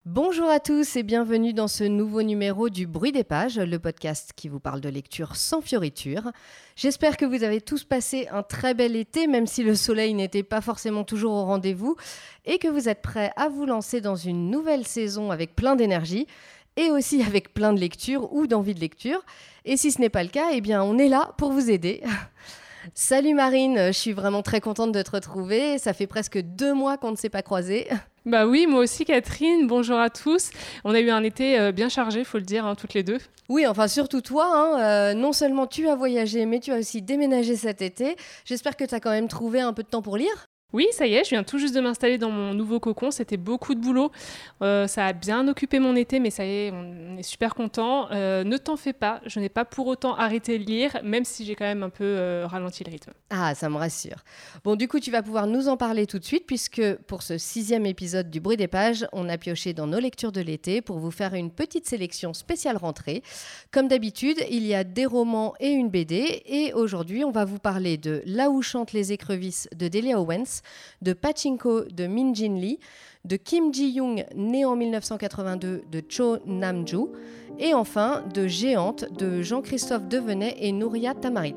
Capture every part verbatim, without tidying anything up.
Bonjour à tous et bienvenue dans ce nouveau numéro du Bruit des pages, le podcast qui vous parle de lecture sans fioriture. J'espère que vous avez tous passé un très bel été, même si le soleil n'était pas forcément toujours au rendez-vous, et que vous êtes prêts à vous lancer dans une nouvelle saison avec plein d'énergie, et aussi avec plein de lecture ou d'envie de lecture. Et si ce n'est pas le cas, eh bien on est là pour vous aider. Salut Marine, je suis vraiment très contente de te retrouver. Ça fait presque deux mois qu'on ne s'est pas croisés. Bah oui, moi aussi Catherine, bonjour à tous. On a eu un été euh, bien chargé, faut le dire, hein, toutes les deux. Oui, enfin surtout toi, hein, euh, non seulement tu as voyagé, mais tu as aussi déménagé cet été. J'espère que tu as quand même trouvé un peu de temps pour lire. Oui, ça y est, je viens tout juste de m'installer dans mon nouveau cocon, c'était beaucoup de boulot. Euh, ça a bien occupé mon été, mais ça y est, on est super contents. Euh, ne t'en fais pas, je n'ai pas pour autant arrêté de lire, même si j'ai quand même un peu euh, ralenti le rythme. Ah, ça me rassure. Bon, du coup, tu vas pouvoir nous en parler tout de suite, puisque pour ce sixième épisode du Bruit des pages, on a pioché dans nos lectures de l'été pour vous faire une petite sélection spéciale rentrée. Comme d'habitude, il y a des romans et une B D, et aujourd'hui, on va vous parler de Là où chantent les écrevisses de Delia Owens, de Pachinko de Min Jin Lee, de Kim Ji-young, né en dix-neuf cent quatre-vingt-deux, de Cho Nam-ju, et enfin de Géante de Jean-Christophe Devenay et Nouria Tamarit.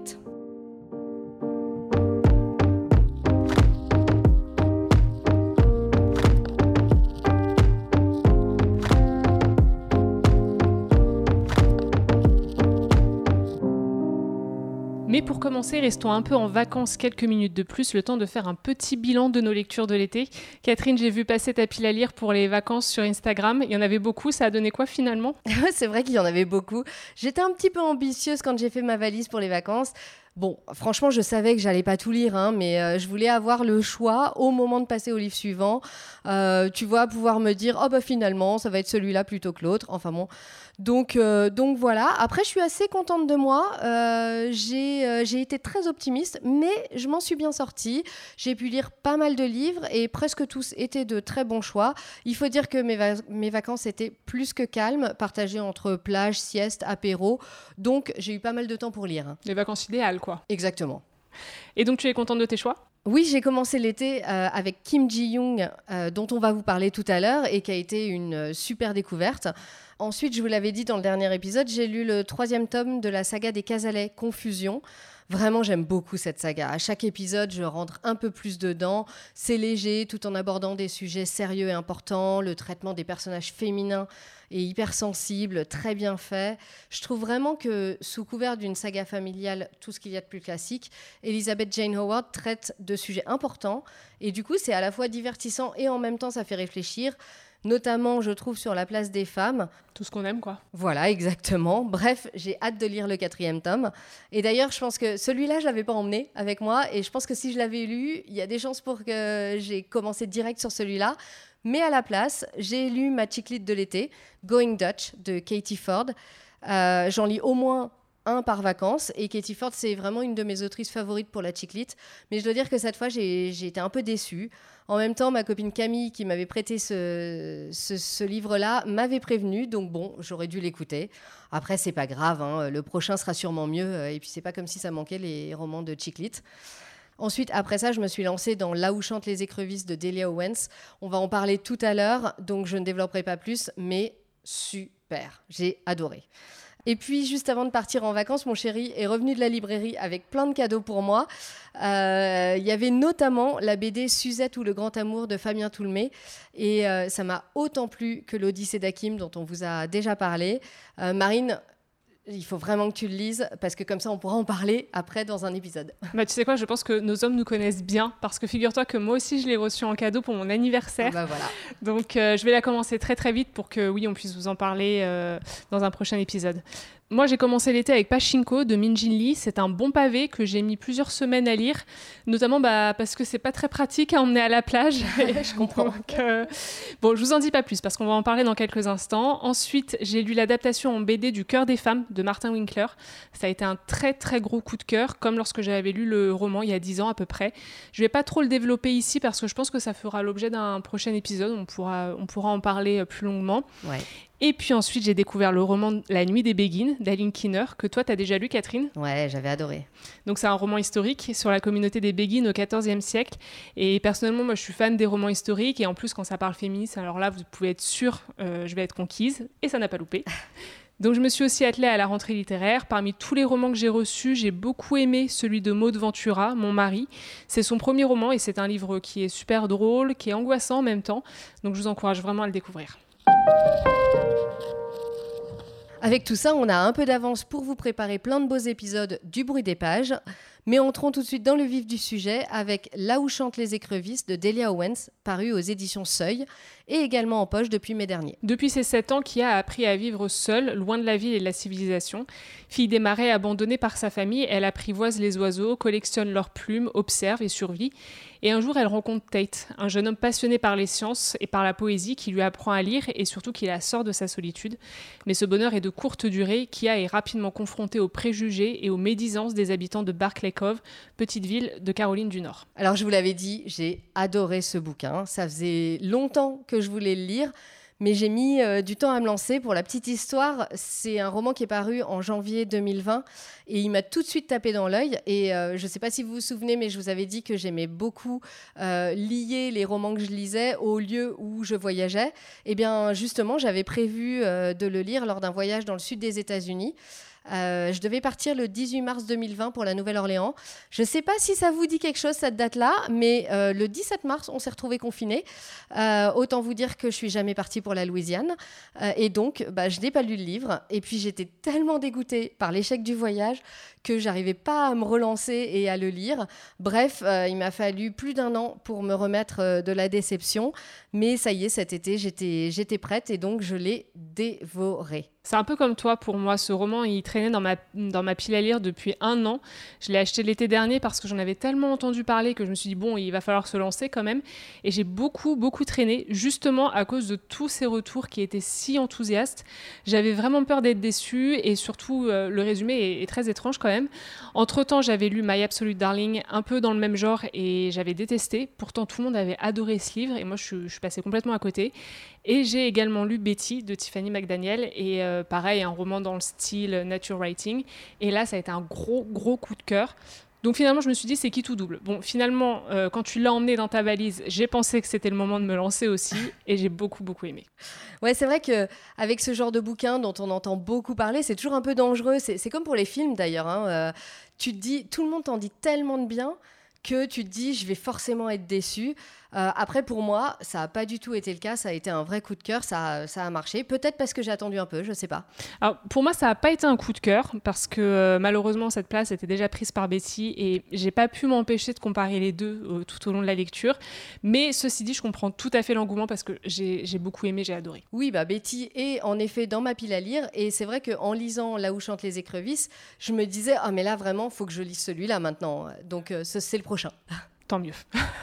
Mais pour commencer, restons un peu en vacances quelques minutes de plus, le temps de faire un petit bilan de nos lectures de l'été. Catherine, j'ai vu passer ta pile à lire pour les vacances sur Instagram. Il y en avait beaucoup, ça a donné quoi finalement ? C'est vrai qu'il y en avait beaucoup. J'étais un petit peu ambitieuse quand j'ai fait ma valise pour les vacances. Bon, franchement, je savais que j'allais pas tout lire, hein, mais euh, je voulais avoir le choix au moment de passer au livre suivant. Euh, tu vois, pouvoir me dire, oh bah finalement, ça va être celui-là plutôt que l'autre. Enfin bon, donc, euh, donc voilà. Après, je suis assez contente de moi. Euh, j'ai, euh, j'ai été très optimiste, mais je m'en suis bien sortie. J'ai pu lire pas mal de livres et presque tous étaient de très bons choix. Il faut dire que mes, va- mes vacances étaient plus que calmes, partagées entre plage, sieste, apéro. Donc, j'ai eu pas mal de temps pour lire. Les vacances idéales, quoi. Exactement. Et donc tu es contente de tes choix ? Oui, j'ai commencé l'été euh, avec Kim Ji-young, euh, dont on va vous parler tout à l'heure, et qui a été une euh, super découverte. Ensuite, je vous l'avais dit dans le dernier épisode, j'ai lu le troisième tome de la saga des Cazalet, Confusion. Vraiment, j'aime beaucoup cette saga. À chaque épisode, je rentre un peu plus dedans. C'est léger, tout en abordant des sujets sérieux et importants. Le traitement des personnages féminins est hyper sensible, très bien fait. Je trouve vraiment que, sous couvert d'une saga familiale, tout ce qu'il y a de plus classique, Elizabeth Jane Howard traite de sujets importants. Et du coup, c'est à la fois divertissant et en même temps, ça fait réfléchir. Notamment, je trouve, sur la place des femmes. Tout ce qu'on aime, quoi. Voilà, exactement. Bref, j'ai hâte de lire le quatrième tome. Et d'ailleurs, je pense que celui-là, je ne l'avais pas emmené avec moi. Et je pense que si je l'avais lu, il y a des chances pour que j'ai commencé direct sur celui-là. Mais à la place, j'ai lu ma chiclite de l'été, Going Dutch, de Katie Ford. Euh, j'en lis au moins un par vacances, et Katie Ford, c'est vraiment une de mes autrices favorites pour la chiclite, mais je dois dire que cette fois, j'ai, j'ai été un peu déçue. En même temps, ma copine Camille, qui m'avait prêté ce, ce, ce livre-là, m'avait prévenue, donc bon, j'aurais dû l'écouter. Après, c'est pas grave, hein, le prochain sera sûrement mieux, et puis c'est pas comme si ça manquait les romans de chiclite. Ensuite, après ça, je me suis lancée dans Là où chantent les écrevisses de Delia Owens. On va en parler tout à l'heure, donc je ne développerai pas plus, mais super, j'ai adoré. Et puis, juste avant de partir en vacances, mon chéri est revenu de la librairie avec plein de cadeaux pour moi. Euh, il y avait notamment la B D Suzette ou le grand amour de Fabien Toulmé. Et euh, ça m'a autant plu que l'Odyssée d'Hakim, dont on vous a déjà parlé. Euh, Marine, il faut vraiment que tu le lises, parce que comme ça, on pourra en parler après dans un épisode. Bah, tu sais quoi, je pense que nos hommes nous connaissent bien, parce que figure-toi que moi aussi, je l'ai reçu en cadeau pour mon anniversaire. Ah bah voilà. Donc, euh, je vais la commencer très très vite pour que, oui, on puisse vous en parler euh, dans un prochain épisode. Moi, j'ai commencé l'été avec Pachinko de Min Jin Lee. C'est un bon pavé que j'ai mis plusieurs semaines à lire, notamment bah, parce que c'est pas très pratique à emmener à la plage. Je comprends. Donc, euh... Bon, je vous en dis pas plus parce qu'on va en parler dans quelques instants. Ensuite, j'ai lu l'adaptation en B D du Cœur des femmes de Martin Winkler. Ça a été un très très gros coup de cœur, comme lorsque j'avais lu le roman il y a dix ans à peu près. Je vais pas trop le développer ici parce que je pense que ça fera l'objet d'un prochain épisode. On pourra, on pourra en parler plus longuement. Ouais. Et puis ensuite, j'ai découvert le roman La Nuit des Béguines d'Aline Keener, que toi, tu as déjà lu, Catherine. Ouais, j'avais adoré. Donc c'est un roman historique sur la communauté des Béguines au quatorzième siècle. Et personnellement, moi, je suis fan des romans historiques. Et en plus, quand ça parle féminisme, alors là, vous pouvez être sûre, euh, je vais être conquise. Et ça n'a pas loupé. Donc je me suis aussi attelée à la rentrée littéraire. Parmi tous les romans que j'ai reçus, j'ai beaucoup aimé celui de Maud Ventura, Mon mari. C'est son premier roman et c'est un livre qui est super drôle, qui est angoissant en même temps. Donc je vous encourage vraiment à le découvrir. Avec tout ça, on a un peu d'avance pour vous préparer plein de beaux épisodes du bruit des pages. Mais entrons tout de suite dans le vif du sujet avec Là où chantent les écrevisses de Delia Owens, paru aux éditions Seuil et également en poche depuis mai dernier. Depuis ses sept ans, Kia a appris à vivre seule, loin de la ville et de la civilisation. Fille des marais abandonnée par sa famille, elle apprivoise les oiseaux, collectionne leurs plumes, observe et survit. Et un jour, elle rencontre Tate, un jeune homme passionné par les sciences et par la poésie qui lui apprend à lire et surtout qui la sort de sa solitude. Mais ce bonheur est de courte durée. Kia est rapidement confrontée aux préjugés et aux médisances des habitants de Barclay Cove, petite ville de Caroline du Nord. Alors je vous l'avais dit, j'ai adoré ce bouquin. Ça faisait longtemps que je voulais le lire, mais j'ai mis euh, du temps à me lancer. Pour la petite histoire, c'est un roman qui est paru en janvier deux mille vingt et il m'a tout de suite tapé dans l'œil. Et euh, je ne sais pas si vous vous souvenez, mais je vous avais dit que j'aimais beaucoup euh, lier les romans que je lisais au lieu où je voyageais. Et bien justement, j'avais prévu euh, de le lire lors d'un voyage dans le sud des États-Unis. Euh, je devais partir le dix-huit mars deux mille vingt pour la Nouvelle-Orléans. Je ne sais pas si ça vous dit quelque chose cette date-là, mais euh, le dix-sept mars, on s'est retrouvés confinés. Euh, autant vous dire que je ne suis jamais partie pour la Louisiane. Euh, et donc, bah, je n'ai pas lu le livre. Et puis, j'étais tellement dégoûtée par l'échec du voyage que je n'arrivais pas à me relancer et à le lire. Bref, euh, il m'a fallu plus d'un an pour me remettre euh, de la déception. Mais ça y est, cet été, j'étais, j'étais prête et donc je l'ai dévoré. C'est un peu comme toi pour moi, ce roman il traînait dans ma, dans ma pile à lire depuis un an. Je l'ai acheté l'été dernier parce que j'en avais tellement entendu parler que je me suis dit bon, il va falloir se lancer quand même. Et j'ai beaucoup, beaucoup traîné justement à cause de tous ces retours qui étaient si enthousiastes. J'avais vraiment peur d'être déçue et surtout euh, le résumé est, est très étrange quand même. Entre-temps, j'avais lu My Absolute Darling, un peu dans le même genre et j'avais détesté. Pourtant, tout le monde avait adoré ce livre et moi je, je suis passée complètement à côté. Et j'ai également lu Betty de Tiffany McDaniel et euh, pareil, un roman dans le style nature writing. Et là, ça a été un gros, gros coup de cœur. Donc finalement, je me suis dit, c'est qui tout double. Bon, finalement, euh, quand tu l'as emmené dans ta valise, j'ai pensé que c'était le moment de me lancer aussi et j'ai beaucoup, beaucoup aimé. Ouais, c'est vrai qu'avec ce genre de bouquin dont on entend beaucoup parler, c'est toujours un peu dangereux. C'est, c'est comme pour les films d'ailleurs. Hein. Euh, tu te dis, tout le monde t'en dit tellement de bien que tu te dis, je vais forcément être déçu. Euh, après, pour moi, ça n'a pas du tout été le cas. Ça a été un vrai coup de cœur. Ça, ça a marché. Peut-être parce que j'ai attendu un peu, je ne sais pas. Alors, pour moi, ça n'a pas été un coup de cœur parce que euh, malheureusement, cette place était déjà prise par Betty et je n'ai pas pu m'empêcher de comparer les deux euh, tout au long de la lecture. Mais ceci dit, je comprends tout à fait l'engouement parce que j'ai, j'ai beaucoup aimé, j'ai adoré. Oui, bah, Betty est en effet dans ma pile à lire. Et c'est vrai qu'en lisant Là où chantent les écrevisses, je me disais, ah, mais là, vraiment, il faut que je lise celui-là maintenant. Donc, euh, ce, c'est le prochain. Tant mieux.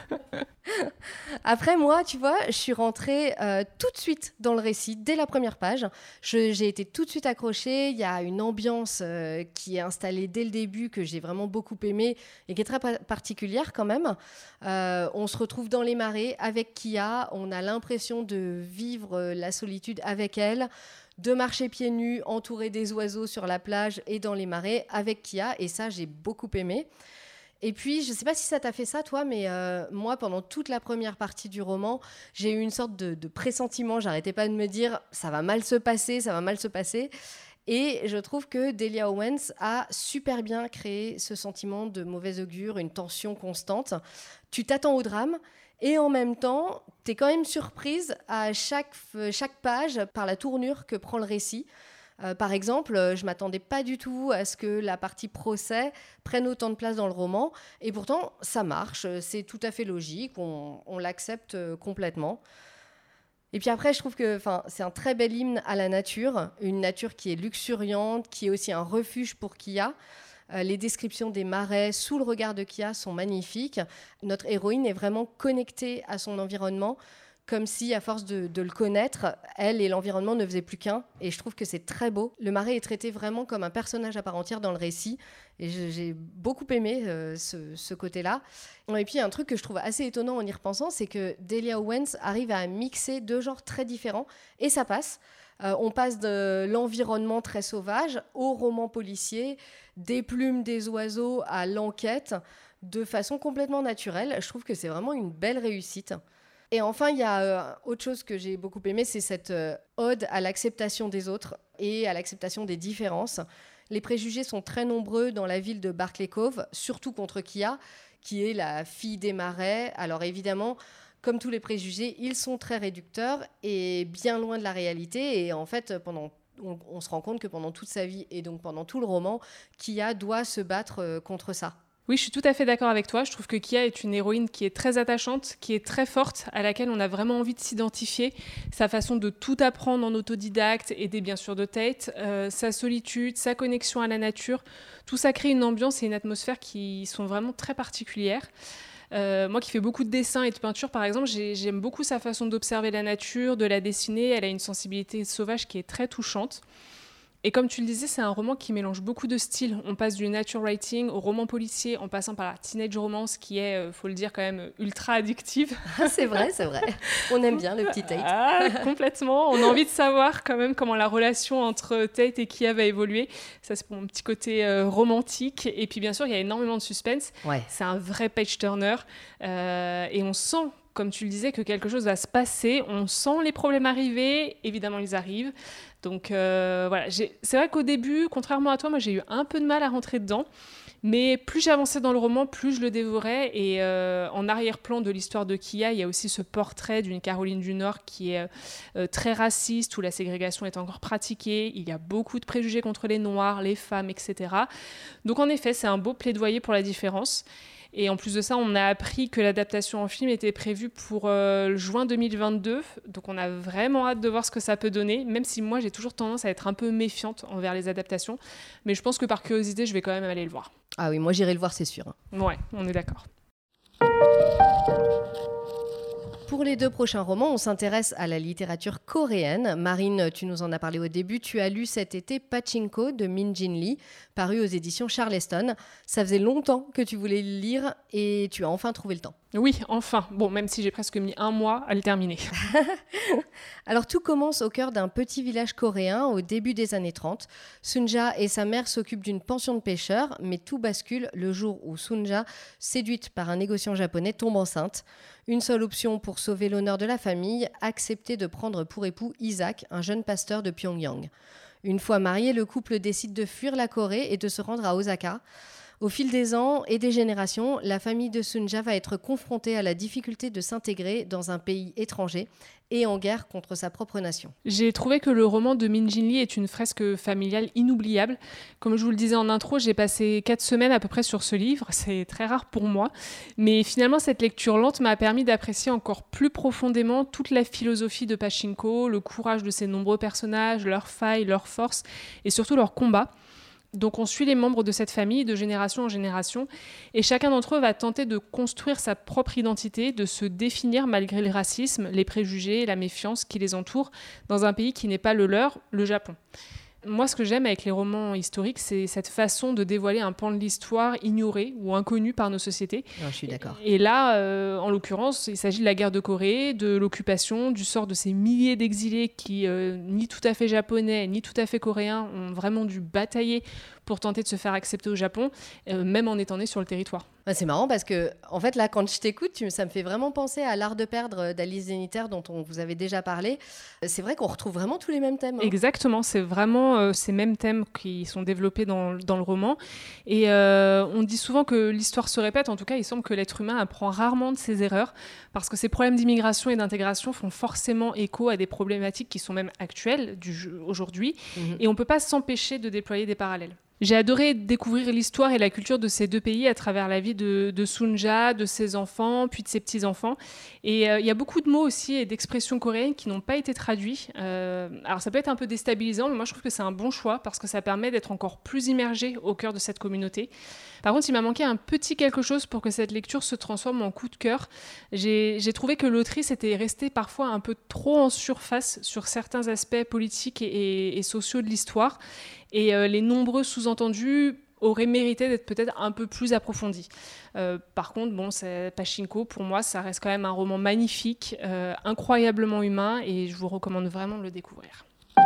Après, moi, tu vois, je suis rentrée euh, tout de suite dans le récit, dès la première page. Je, j'ai été tout de suite accrochée. Il y a une ambiance euh, qui est installée dès le début que j'ai vraiment beaucoup aimée et qui est très pa- particulière quand même. Euh, on se retrouve dans les marais avec Kia. On a l'impression de vivre euh, la solitude avec elle, de marcher pieds nus, entourée des oiseaux sur la plage et dans les marais avec Kia. Et ça, j'ai beaucoup aimé. Et puis, je ne sais pas si ça t'a fait ça, toi, mais euh, moi, pendant toute la première partie du roman, j'ai eu une sorte de, de pressentiment. J'arrêtais pas de me dire, ça va mal se passer, ça va mal se passer. Et je trouve que Delia Owens a super bien créé ce sentiment de mauvais augure, une tension constante. Tu t'attends au drame et en même temps, tu es quand même surprise à chaque, chaque page par la tournure que prend le récit. Euh, par exemple, euh, je ne m'attendais pas du tout à ce que la partie procès prenne autant de place dans le roman. Et pourtant, ça marche. C'est tout à fait logique. On, on l'accepte euh, complètement. Et puis après, je trouve que c'est un très bel hymne à la nature. Une nature qui est luxuriante, qui est aussi un refuge pour Kia. Euh, les descriptions des marais sous le regard de Kia sont magnifiques. Notre héroïne est vraiment connectée à son environnement, comme si, à force de, de le connaître, elle et l'environnement ne faisaient plus qu'un. Et je trouve que c'est très beau. Le marais est traité vraiment comme un personnage à part entière dans le récit. Et j'ai beaucoup aimé euh, ce, ce côté-là. Et puis, un truc que je trouve assez étonnant en y repensant, c'est que Delia Owens arrive à mixer deux genres très différents. Et ça passe. Euh, on passe de l'environnement très sauvage au roman policier, des plumes des oiseaux à l'enquête, de façon complètement naturelle. Je trouve que c'est vraiment une belle réussite. Et enfin, il y a euh, autre chose que j'ai beaucoup aimé, c'est cette euh, ode à l'acceptation des autres et à l'acceptation des différences. Les préjugés sont très nombreux dans la ville de Barclay Cove, surtout contre Kia, qui est la fille des marais. Alors évidemment, comme tous les préjugés, ils sont très réducteurs et bien loin de la réalité. Et en fait, pendant, on, on se rend compte que pendant toute sa vie et donc pendant tout le roman, Kia doit se battre euh, contre ça. Oui, je suis tout à fait d'accord avec toi. Je trouve que Kia est une héroïne qui est très attachante, qui est très forte, à laquelle on a vraiment envie de s'identifier. Sa façon de tout apprendre en autodidacte, aidée bien sûr de Tate, euh, sa solitude, sa connexion à la nature, tout ça crée une ambiance et une atmosphère qui sont vraiment très particulières. Euh, moi qui fais beaucoup de dessins et de peinture, par exemple, j'ai, j'aime beaucoup sa façon d'observer la nature, de la dessiner. Elle a une sensibilité sauvage qui est très touchante. Et comme tu le disais, c'est un roman qui mélange beaucoup de styles. On passe du nature writing au roman policier, en passant par la teenage romance, qui est, il faut le dire, quand même ultra addictive. C'est vrai, c'est vrai. On aime bien le petit Tate. Ah, complètement. On a envie de savoir quand même comment la relation entre Tate et Kia va évoluer. Ça, c'est pour mon petit côté euh, romantique. Et puis, bien sûr, il y a énormément de suspense. Ouais. C'est un vrai page-turner. Euh, et on sent, comme tu le disais, que quelque chose va se passer. On sent les problèmes arriver. Évidemment, ils arrivent. Donc euh, voilà, j'ai... c'est vrai qu'au début, contrairement à toi, moi j'ai eu un peu de mal à rentrer dedans, mais plus j'avançais dans le roman, plus je le dévorais. Et euh, en arrière-plan de l'histoire de Kia, il y a aussi ce portrait d'une Caroline du Nord qui est euh, très raciste, où la ségrégation est encore pratiquée, il y a beaucoup de préjugés contre les Noirs, les femmes, et cetera. Donc en effet, c'est un beau plaidoyer pour la différence. Et en plus de ça, on a appris que l'adaptation en film était prévue pour euh, juin deux mille vingt-deux. Donc on a vraiment hâte de voir ce que ça peut donner, même si moi j'ai toujours tendance à être un peu méfiante envers les adaptations. Mais je pense que par curiosité, je vais quand même aller le voir. Ah oui, moi j'irai le voir, c'est sûr. Ouais, on est d'accord. Pour les deux prochains romans, on s'intéresse à la littérature coréenne. Marine, tu nous en as parlé au début. Tu as lu cet été Pachinko de Min Jin Lee, paru aux éditions Charleston. Ça faisait longtemps que tu voulais le lire et tu as enfin trouvé le temps. Oui, enfin. Bon, même si j'ai presque mis un mois à le terminer. Alors, tout commence au cœur d'un petit village coréen au début des années trente. Sunja et sa mère s'occupent d'une pension de pêcheurs, mais tout bascule le jour où Sunja, séduite par un négociant japonais, tombe enceinte. Une seule option pour sauver l'honneur de la famille, accepter de prendre pour époux Isaac, un jeune pasteur de Pyongyang. Une fois marié, le couple décide de fuir la Corée et de se rendre à Osaka. Au fil des ans et des générations, la famille de Sunja va être confrontée à la difficulté de s'intégrer dans un pays étranger et en guerre contre sa propre nation. J'ai trouvé que le roman de Min Jin Lee est une fresque familiale inoubliable. Comme je vous le disais en intro, j'ai passé quatre semaines à peu près sur ce livre. C'est très rare pour moi. Mais finalement, cette lecture lente m'a permis d'apprécier encore plus profondément toute la philosophie de Pachinko, le courage de ses nombreux personnages, leurs failles, leurs forces et surtout leurs combats. Donc on suit les membres de cette famille de génération en génération et chacun d'entre eux va tenter de construire sa propre identité, de se définir malgré le racisme, les préjugés, la méfiance qui les entourent dans un pays qui n'est pas le leur, le Japon. Moi, ce que j'aime avec les romans historiques, c'est cette façon de dévoiler un pan de l'histoire ignoré ou inconnu par nos sociétés. Non, je suis d'accord. Et là, euh, en l'occurrence, il s'agit de la guerre de Corée, de l'occupation, du sort de ces milliers d'exilés qui, euh, ni tout à fait japonais, ni tout à fait coréens, ont vraiment dû batailler pour tenter de se faire accepter au Japon, euh, même en étant nés sur le territoire. C'est marrant parce que, en fait, là, quand je t'écoute, tu, ça me fait vraiment penser à L'Art de perdre d'Alice Zeniter, dont on vous avait déjà parlé. C'est vrai qu'on retrouve vraiment tous les mêmes thèmes. Hein. Exactement, c'est vraiment euh, ces mêmes thèmes qui sont développés dans, dans le roman. Et euh, on dit souvent que l'histoire se répète. En tout cas, il semble que l'être humain apprend rarement de ses erreurs, parce que ces problèmes d'immigration et d'intégration font forcément écho à des problématiques qui sont même actuelles du, aujourd'hui. Mmh. Et on ne peut pas s'empêcher de déployer des parallèles. J'ai adoré découvrir l'histoire et la culture de ces deux pays à travers la vie de, de Sunja, de ses enfants, puis de ses petits-enfants. Et euh, il y a beaucoup de mots aussi et d'expressions coréennes qui n'ont pas été traduits. Euh, alors ça peut être un peu déstabilisant, mais moi je trouve que c'est un bon choix parce que ça permet d'être encore plus immergé au cœur de cette communauté. Par contre, il m'a manqué un petit quelque chose pour que cette lecture se transforme en coup de cœur. J'ai, j'ai trouvé que l'autrice était restée parfois un peu trop en surface sur certains aspects politiques et, et, et sociaux de l'histoire. Et euh, les nombreux sous-entendus auraient mérité d'être peut-être un peu plus approfondis. Euh, par contre, bon, c'est Pachinko, pour moi, ça reste quand même un roman magnifique, euh, incroyablement humain, et je vous recommande vraiment de le découvrir.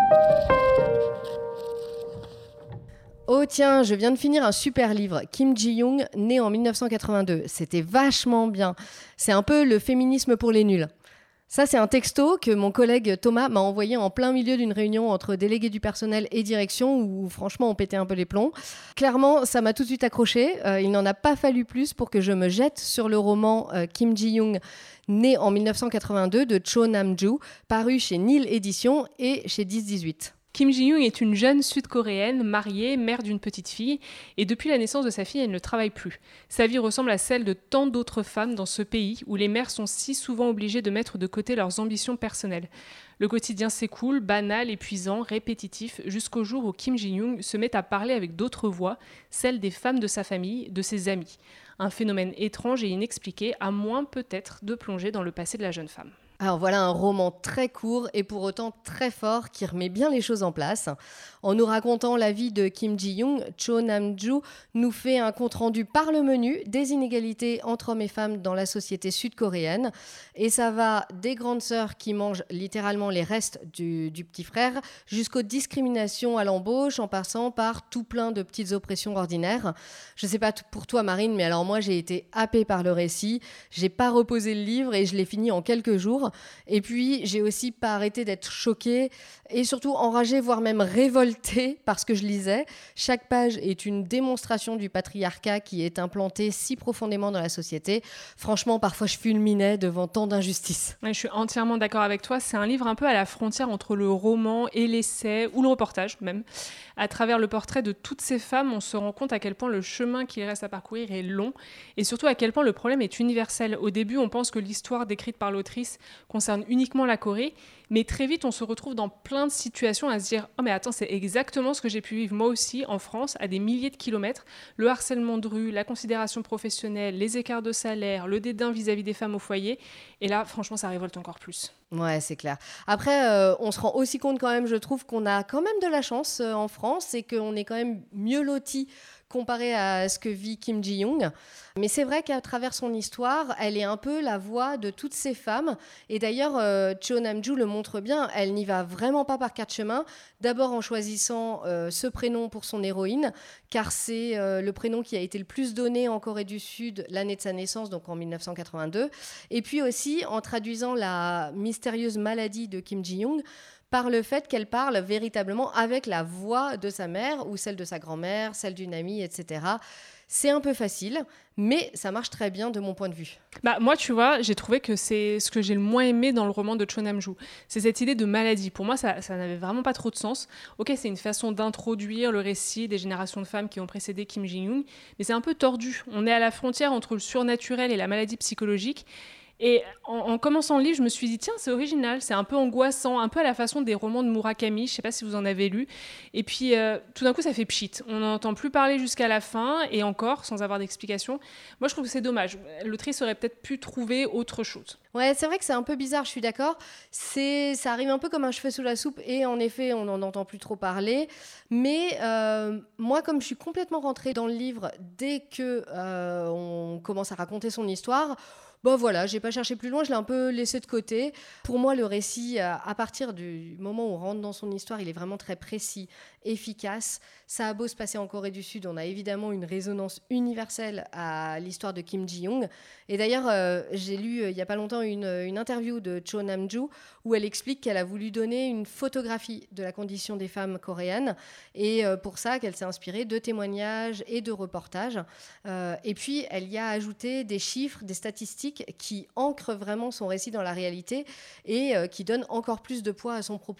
Oh tiens, je viens de finir un super livre, Kim Ji-young, né en dix-neuf cent quatre-vingt-deux. C'était vachement bien. C'est un peu le féminisme pour les nuls. Ça, c'est un texto que mon collègue Thomas m'a envoyé en plein milieu d'une réunion entre délégués du personnel et direction où, franchement, on pétait un peu les plombs. Clairement, ça m'a tout de suite accroché. Euh, il n'en a pas fallu plus pour que je me jette sur le roman euh, Kim Ji-young, né en dix-neuf cent quatre-vingt-deux, de Cho Nam-ju, paru chez Nil Éditions et chez dix dix-huit. Kim Ji-young est une jeune sud-coréenne, mariée, mère d'une petite fille, et depuis la naissance de sa fille, elle ne travaille plus. Sa vie ressemble à celle de tant d'autres femmes dans ce pays, où les mères sont si souvent obligées de mettre de côté leurs ambitions personnelles. Le quotidien s'écoule, banal, épuisant, répétitif, jusqu'au jour où Kim Ji-young se met à parler avec d'autres voix, celles des femmes de sa famille, de ses amis. Un phénomène étrange et inexpliqué, à moins peut-être de plonger dans le passé de la jeune femme. Alors voilà un roman très court et pour autant très fort qui remet bien les choses en place. En nous racontant la vie de Kim Ji-young, Cho Nam-ju nous fait un compte-rendu par le menu des inégalités entre hommes et femmes dans la société sud-coréenne. Et ça va des grandes sœurs qui mangent littéralement les restes du, du petit frère jusqu'aux discriminations à l'embauche en passant par tout plein de petites oppressions ordinaires. Je ne sais pas pour toi Marine, mais alors moi j'ai été happée par le récit. J'ai pas reposé le livre et je l'ai fini en quelques jours. Et puis, j'ai aussi pas arrêté d'être choquée et surtout enragée, voire même révoltée par ce que je lisais. Chaque page est une démonstration du patriarcat qui est implanté si profondément dans la société. Franchement, parfois, je fulminais devant tant d'injustices. Ouais, je suis entièrement d'accord avec toi. C'est un livre un peu à la frontière entre le roman et l'essai, ou le reportage même. À travers le portrait de toutes ces femmes, on se rend compte à quel point le chemin qu'il reste à parcourir est long et surtout à quel point le problème est universel. Au début, on pense que l'histoire décrite par l'autrice concerne uniquement la Corée, mais très vite, on se retrouve dans plein de situations à se dire « Oh mais attends, c'est exactement ce que j'ai pu vivre moi aussi en France, à des milliers de kilomètres. Le harcèlement de rue, la considération professionnelle, les écarts de salaire, le dédain vis-à-vis des femmes au foyer. » Et là, franchement, ça révolte encore plus. Ouais, c'est clair. Après, euh, on se rend aussi compte quand même, je trouve, qu'on a quand même de la chance euh, en France et qu'on est quand même mieux lotis comparé à ce que vit Kim Ji-young. Mais c'est vrai qu'à travers son histoire, elle est un peu la voix de toutes ces femmes. Et d'ailleurs, euh, Cho Nam-ju le montre bien, elle n'y va vraiment pas par quatre chemins. D'abord en choisissant euh, ce prénom pour son héroïne, car c'est euh, le prénom qui a été le plus donné en Corée du Sud l'année de sa naissance, donc en dix-neuf cent quatre-vingt-deux. Et puis aussi en traduisant la mystérieuse maladie de Kim Ji-young par le fait qu'elle parle véritablement avec la voix de sa mère ou celle de sa grand-mère, celle d'une amie, et cetera. C'est un peu facile, mais ça marche très bien de mon point de vue. Bah, moi, tu vois, j'ai trouvé que c'est ce que j'ai le moins aimé dans le roman de Cho Nam-ju. C'est cette idée de maladie. Pour moi, ça, ça n'avait vraiment pas trop de sens. Ok, c'est une façon d'introduire le récit des générations de femmes qui ont précédé Kim Ji-young, mais c'est un peu tordu. On est à la frontière entre le surnaturel et la maladie psychologique. Et en, en commençant le livre, je me suis dit, tiens, c'est original, c'est un peu angoissant, un peu à la façon des romans de Murakami, je ne sais pas si vous en avez lu. Et puis, euh, tout d'un coup, ça fait pchit. On n'entend plus parler jusqu'à la fin, et encore, sans avoir d'explication. Moi, je trouve que c'est dommage. L'autrice aurait peut-être pu trouver autre chose. Ouais, c'est vrai que c'est un peu bizarre, je suis d'accord. C'est, ça arrive un peu comme un cheveu sous la soupe, et en effet, on n'en entend plus trop parler. Mais euh, moi, comme je suis complètement rentrée dans le livre dès que euh, on commence à raconter son histoire, bon voilà, j'ai pas cherché plus loin, je l'ai un peu laissé de côté. Pour moi, le récit, à partir du moment où on rentre dans son histoire, il est vraiment très précis, efficace. Ça a beau se passer en Corée du Sud, on a évidemment une résonance universelle à l'histoire de Kim Ji-young. Et d'ailleurs, euh, j'ai lu euh, il y a pas longtemps une, une interview de Cho Nam-ju où elle explique qu'elle a voulu donner une photographie de la condition des femmes coréennes et euh, pour ça qu'elle s'est inspirée de témoignages et de reportages. Euh, et puis, elle y a ajouté des chiffres, des statistiques qui ancre vraiment son récit dans la réalité et euh, qui donne encore plus de poids à son propos.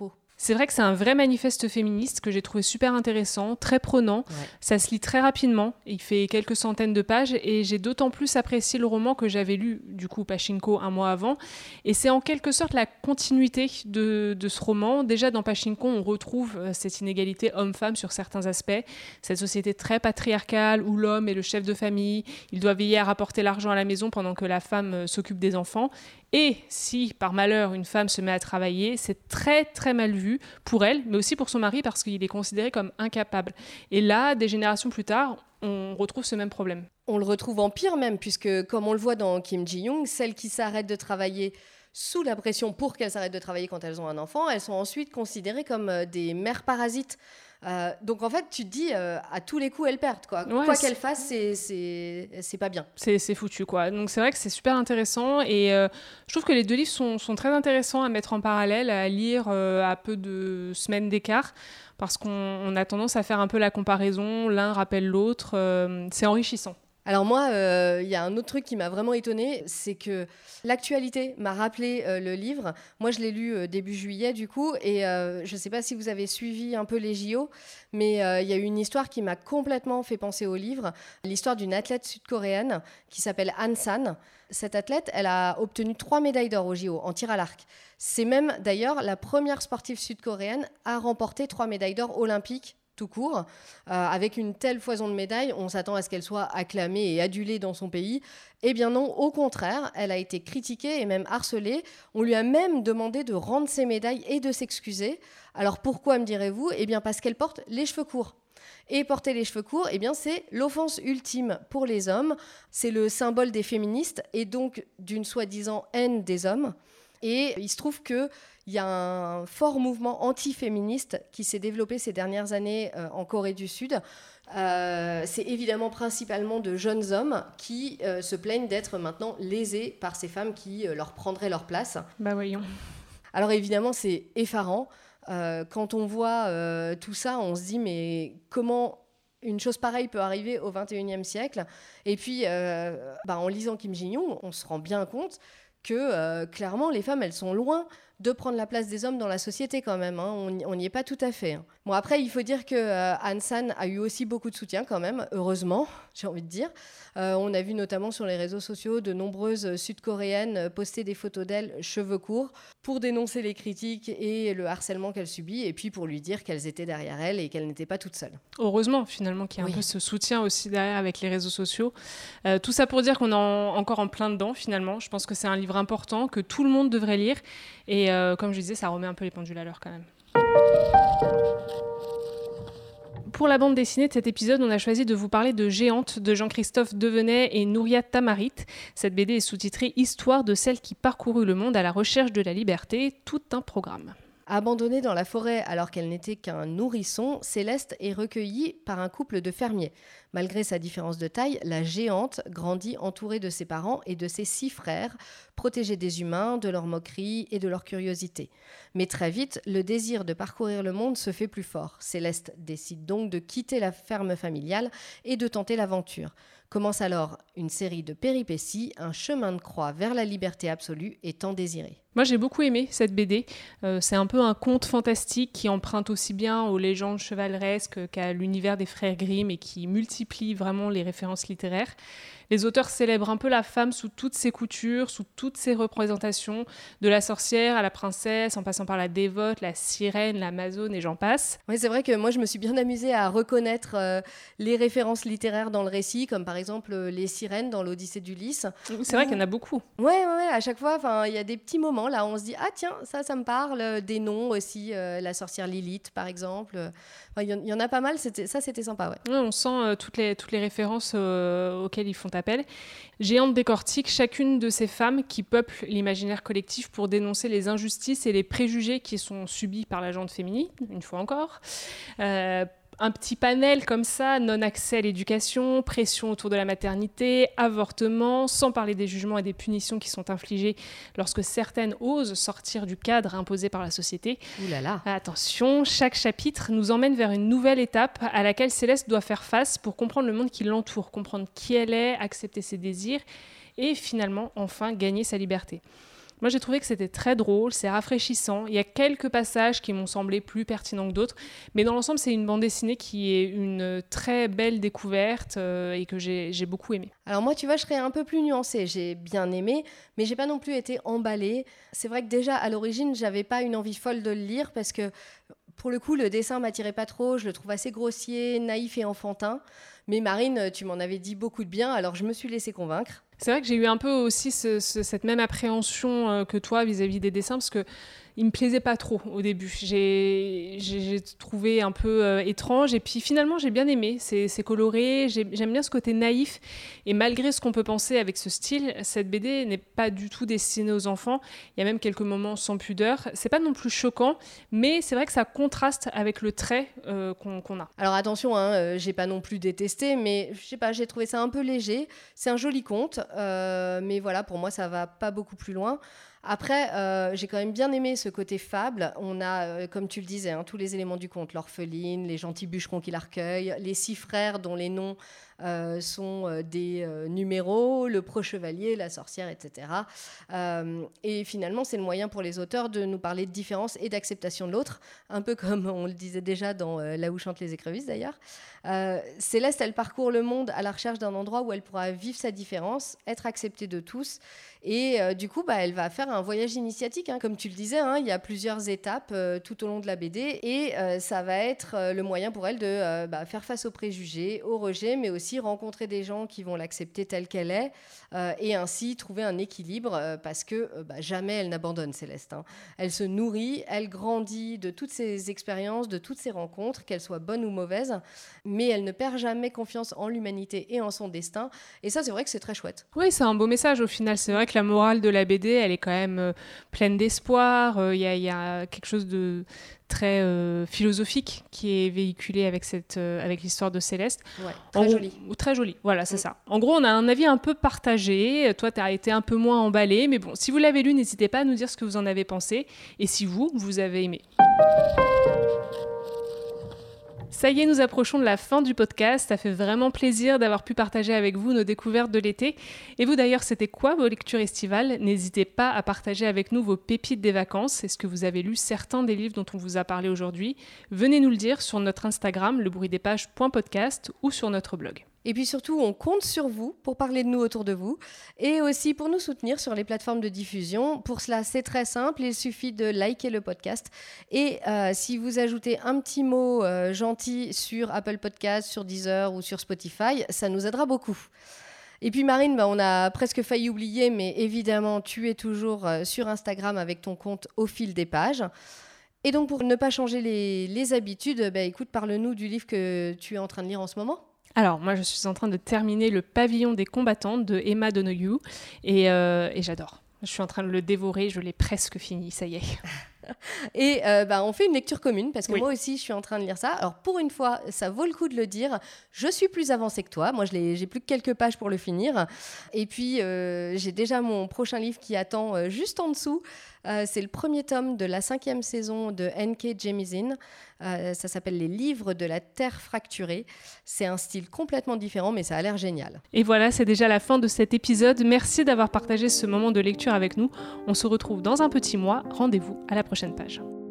C'est vrai que c'est un vrai manifeste féministe que j'ai trouvé super intéressant, très prenant. Ouais. Ça se lit très rapidement. Il fait quelques centaines de pages et j'ai d'autant plus apprécié le roman que j'avais lu, du coup, Pachinko, un mois avant. Et c'est en quelque sorte la continuité de, de ce roman. Déjà, dans Pachinko, on retrouve cette inégalité homme-femme sur certains aspects. Cette société très patriarcale où l'homme est le chef de famille, il doit veiller à rapporter l'argent à la maison pendant que la femme s'occupe des enfants. Et si, par malheur, une femme se met à travailler, c'est très, très mal vu pour elle, mais aussi pour son mari, parce qu'il est considéré comme incapable. Et là, des générations plus tard, on retrouve ce même problème. On le retrouve en pire même, puisque, comme on le voit dans Kim Ji-young, celles qui s'arrêtent de travailler sous la pression pour qu'elles s'arrêtent de travailler quand elles ont un enfant, elles sont ensuite considérées comme des mères parasites. Euh, donc en fait, tu te dis, euh, à tous les coups, elles perdent. Quoi, ouais, quoi qu'elles fassent, c'est, c'est, c'est pas bien. C'est, c'est foutu, quoi. Donc c'est vrai que c'est super intéressant. Et euh, je trouve que les deux livres sont, sont très intéressants à mettre en parallèle, à lire euh, à peu de semaines d'écart, parce qu'on on a tendance à faire un peu la comparaison. L'un rappelle l'autre. Euh, c'est enrichissant. Alors moi, il euh, y a un autre truc qui m'a vraiment étonnée, c'est que l'actualité m'a rappelé euh, le livre. Moi, je l'ai lu euh, début juillet, du coup, et euh, je ne sais pas si vous avez suivi un peu les J O, mais il euh, y a eu une histoire qui m'a complètement fait penser au livre, l'histoire d'une athlète sud-coréenne qui s'appelle Han San. Cette athlète, elle a obtenu trois médailles d'or aux J O en tir à l'arc. C'est même, d'ailleurs, la première sportive sud-coréenne à remporter trois médailles d'or olympiques tout court. Euh, avec une telle foison de médailles, on s'attend à ce qu'elle soit acclamée et adulée dans son pays. Eh bien non, au contraire, elle a été critiquée et même harcelée. On lui a même demandé de rendre ses médailles et de s'excuser. Alors pourquoi, me direz-vous ? Eh bien parce qu'elle porte les cheveux courts. Et porter les cheveux courts, eh bien, c'est l'offense ultime pour les hommes. C'est le symbole des féministes et donc d'une soi-disant haine des hommes. Et il se trouve qu'il y a un fort mouvement anti-féministe qui s'est développé ces dernières années euh, en Corée du Sud. Euh, c'est évidemment principalement de jeunes hommes qui euh, se plaignent d'être maintenant lésés par ces femmes qui euh, leur prendraient leur place. Bah voyons. Alors évidemment, c'est effarant. Euh, quand on voit euh, tout ça, on se dit mais comment une chose pareille peut arriver au vingt et unième siècle ? Et puis, euh, bah, en lisant Kim Ji-young, on se rend bien compte que euh, clairement, les femmes, elles sont loin de prendre la place des hommes dans la société quand même. Hein. On n'y est pas tout à fait. Hein. Bon, après, il faut dire que euh, Han San a eu aussi beaucoup de soutien quand même, heureusement, j'ai envie de dire. Euh, on a vu notamment sur les réseaux sociaux de nombreuses Sud-Coréennes poster des photos d'elles cheveux courts pour dénoncer les critiques et le harcèlement qu'elle subit et puis pour lui dire qu'elles étaient derrière elle et qu'elle n'était pas toute seule. Heureusement, finalement, qu'il y a oui. un peu ce soutien aussi derrière avec les réseaux sociaux. Euh, tout ça pour dire qu'on est en, encore en plein dedans, finalement. Je pense que c'est un livre important que tout le monde devrait lire. Et euh, comme je disais, ça remet un peu les pendules à l'heure quand même. Pour la bande dessinée de cet épisode, on a choisi de vous parler de Géante de Jean-Christophe Devenay et Nouria Tamarit. Cette B D est sous-titrée « Histoire de celle qui parcourut le monde à la recherche de la liberté », tout un programme. Abandonnée dans la forêt alors qu'elle n'était qu'un nourrisson, Céleste est recueillie par un couple de fermiers. Malgré sa différence de taille, la Géante grandit entourée de ses parents et de ses six frères, protégée des humains, de leurs moqueries et de leur curiosité. Mais très vite, le désir de parcourir le monde se fait plus fort. Céleste décide donc de quitter la ferme familiale et de tenter l'aventure. Commence alors une série de péripéties, un chemin de croix vers la liberté absolue et tant désirée. Moi, j'ai beaucoup aimé cette B D. Euh, c'est un peu un conte fantastique qui emprunte aussi bien aux légendes chevaleresques qu'à l'univers des frères Grimm et qui multiplie vraiment les références littéraires. Les auteurs célèbrent un peu la femme sous toutes ses coutures, sous toutes ses représentations, de la sorcière à la princesse, en passant par la dévote, la sirène, l'amazone et j'en passe. Oui, c'est vrai que moi, je me suis bien amusée à reconnaître euh, les références littéraires dans le récit, comme par exemple euh, les sirènes dans l'Odyssée d'Ulysse. C'est vrai qu'il y en a beaucoup. Oui, ouais, ouais, à chaque fois, il y a des petits moments là où on se dit « Ah tiens, ça, ça me parle », des noms aussi, euh, la sorcière Lilith par exemple. Il y, y en a pas mal, c'était, ça c'était sympa. Ouais. Ouais, on sent euh, toutes, les, toutes les références euh, auxquelles ils font appel. Géante décortique chacune de ces femmes qui peuplent l'imaginaire collectif pour dénoncer les injustices et les préjugés qui sont subis par la gente féminine, une fois encore. Euh, Un petit panel comme ça, non-accès à l'éducation, pression autour de la maternité, avortement, sans parler des jugements et des punitions qui sont infligés lorsque certaines osent sortir du cadre imposé par la société. Ouh là là. Attention, chaque chapitre nous emmène vers une nouvelle étape à laquelle Céleste doit faire face pour comprendre le monde qui l'entoure, comprendre qui elle est, accepter ses désirs et finalement, enfin, gagner sa liberté. Moi, j'ai trouvé que c'était très drôle, c'est rafraîchissant. Il y a quelques passages qui m'ont semblé plus pertinents que d'autres, mais dans l'ensemble, c'est une bande dessinée qui est une très belle découverte euh, et que j'ai, j'ai beaucoup aimé. Alors moi, tu vois, je serais un peu plus nuancée. J'ai bien aimé, mais j'ai pas non plus été emballée. C'est vrai que déjà, à l'origine, j'avais pas une envie folle de le lire parce que, pour le coup, le dessin m'attirait pas trop. Je le trouve assez grossier, naïf et enfantin. Mais Marine, tu m'en avais dit beaucoup de bien, alors je me suis laissée convaincre. C'est vrai que j'ai eu un peu aussi ce, ce, cette même appréhension euh, que toi vis-à-vis des dessins, parce que il me plaisait pas trop au début. J'ai, j'ai, j'ai trouvé un peu euh, étrange, et puis finalement j'ai bien aimé. C'est, c'est coloré, j'ai, j'aime bien ce côté naïf, et malgré ce qu'on peut penser avec ce style, cette B D n'est pas du tout destinée aux enfants. Il y a même quelques moments sans pudeur. C'est pas non plus choquant, mais c'est vrai que ça contraste avec le trait euh, qu'on, qu'on a. Alors attention, hein, euh, j'ai pas non plus détesté, mais je sais pas, j'ai trouvé ça un peu léger. C'est un joli conte, euh, mais voilà, pour moi ça va pas beaucoup plus loin. Après, euh, j'ai quand même bien aimé ce côté fable. On a, euh, comme tu le disais, hein, tous les éléments du conte. L'orpheline, les gentils bûcherons qui la recueillent, les six frères dont les noms euh, sont euh, des euh, numéros, le pro-chevalier, la sorcière, et cetera. Euh, et finalement, c'est le moyen pour les auteurs de nous parler de différence et d'acceptation de l'autre, un peu comme on le disait déjà dans euh, Là où chantent les écrevisses, d'ailleurs. Euh, Céleste, elle parcourt le monde à la recherche d'un endroit où elle pourra vivre sa différence, être acceptée de tous. Et euh, du coup, bah, elle va faire un voyage initiatique, hein. Comme tu le disais, hein, il y a plusieurs étapes euh, tout au long de la B D. Et euh, ça va être euh, le moyen pour elle de euh, bah, faire face aux préjugés, au rejet, mais aussi rencontrer des gens qui vont l'accepter telle qu'elle est. Euh, et ainsi trouver un équilibre, euh, parce que euh, bah, jamais elle n'abandonne, Céleste, hein. Elle se nourrit, elle grandit de toutes ses expériences, de toutes ses rencontres, qu'elles soient bonnes ou mauvaises. Mais elle ne perd jamais confiance en l'humanité et en son destin. Et ça, c'est vrai que c'est très chouette. Oui, c'est un beau message au final. C'est vrai que la morale de la B D, elle est quand même euh, pleine d'espoir. Il euh, y, y a quelque chose de très euh, philosophique qui est véhiculé avec, cette, euh, avec l'histoire de Céleste. Ouais, très en joli. Gros, très joli, voilà, c'est Mm. ça. En gros, on a un avis un peu partagé. Toi, tu as été un peu moins emballé. Mais bon, si vous l'avez lu, n'hésitez pas à nous dire ce que vous en avez pensé. Et si vous, vous avez aimé. Ça y est, nous approchons de la fin du podcast. Ça fait vraiment plaisir d'avoir pu partager avec vous nos découvertes de l'été. Et vous d'ailleurs, c'était quoi vos lectures estivales ? N'hésitez pas à partager avec nous vos pépites des vacances. Est-ce que vous avez lu certains des livres dont on vous a parlé aujourd'hui ? Venez nous le dire sur notre Instagram, lebruitdespages point podcast, ou sur notre blog. Et puis surtout, on compte sur vous pour parler de nous autour de vous et aussi pour nous soutenir sur les plateformes de diffusion. Pour cela, c'est très simple, il suffit de liker le podcast. Et euh, si vous ajoutez un petit mot euh, gentil sur Apple Podcasts, sur Deezer ou sur Spotify, ça nous aidera beaucoup. Et puis Marine, bah, on a presque failli oublier, mais évidemment, tu es toujours euh, sur Instagram avec ton compte Au fil des pages. Et donc, pour ne pas changer les, les habitudes, bah, écoute, parle-nous du livre que tu es en train de lire en ce moment. Alors, moi, je suis en train de terminer Le Pavillon des combattantes de Emma Donoghue et, euh, et j'adore. Je suis en train de le dévorer, je l'ai presque fini, ça y est. Et euh, bah, on fait une lecture commune parce que oui. moi aussi je suis en train de lire ça. Alors pour une fois, ça vaut le coup de le dire. Je suis plus avancée que toi. Moi, je l'ai, j'ai plus que quelques pages pour le finir. Et puis euh, j'ai déjà mon prochain livre qui attend euh, juste en dessous. Euh, c'est le premier tome de la cinquième saison de N K Jemisin. Euh, ça s'appelle Les Livres de la Terre fracturée. C'est un style complètement différent, mais ça a l'air génial. Et voilà, c'est déjà la fin de cet épisode. Merci d'avoir partagé ce moment de lecture avec nous. On se retrouve dans un petit mois. Rendez-vous à la prochaine page.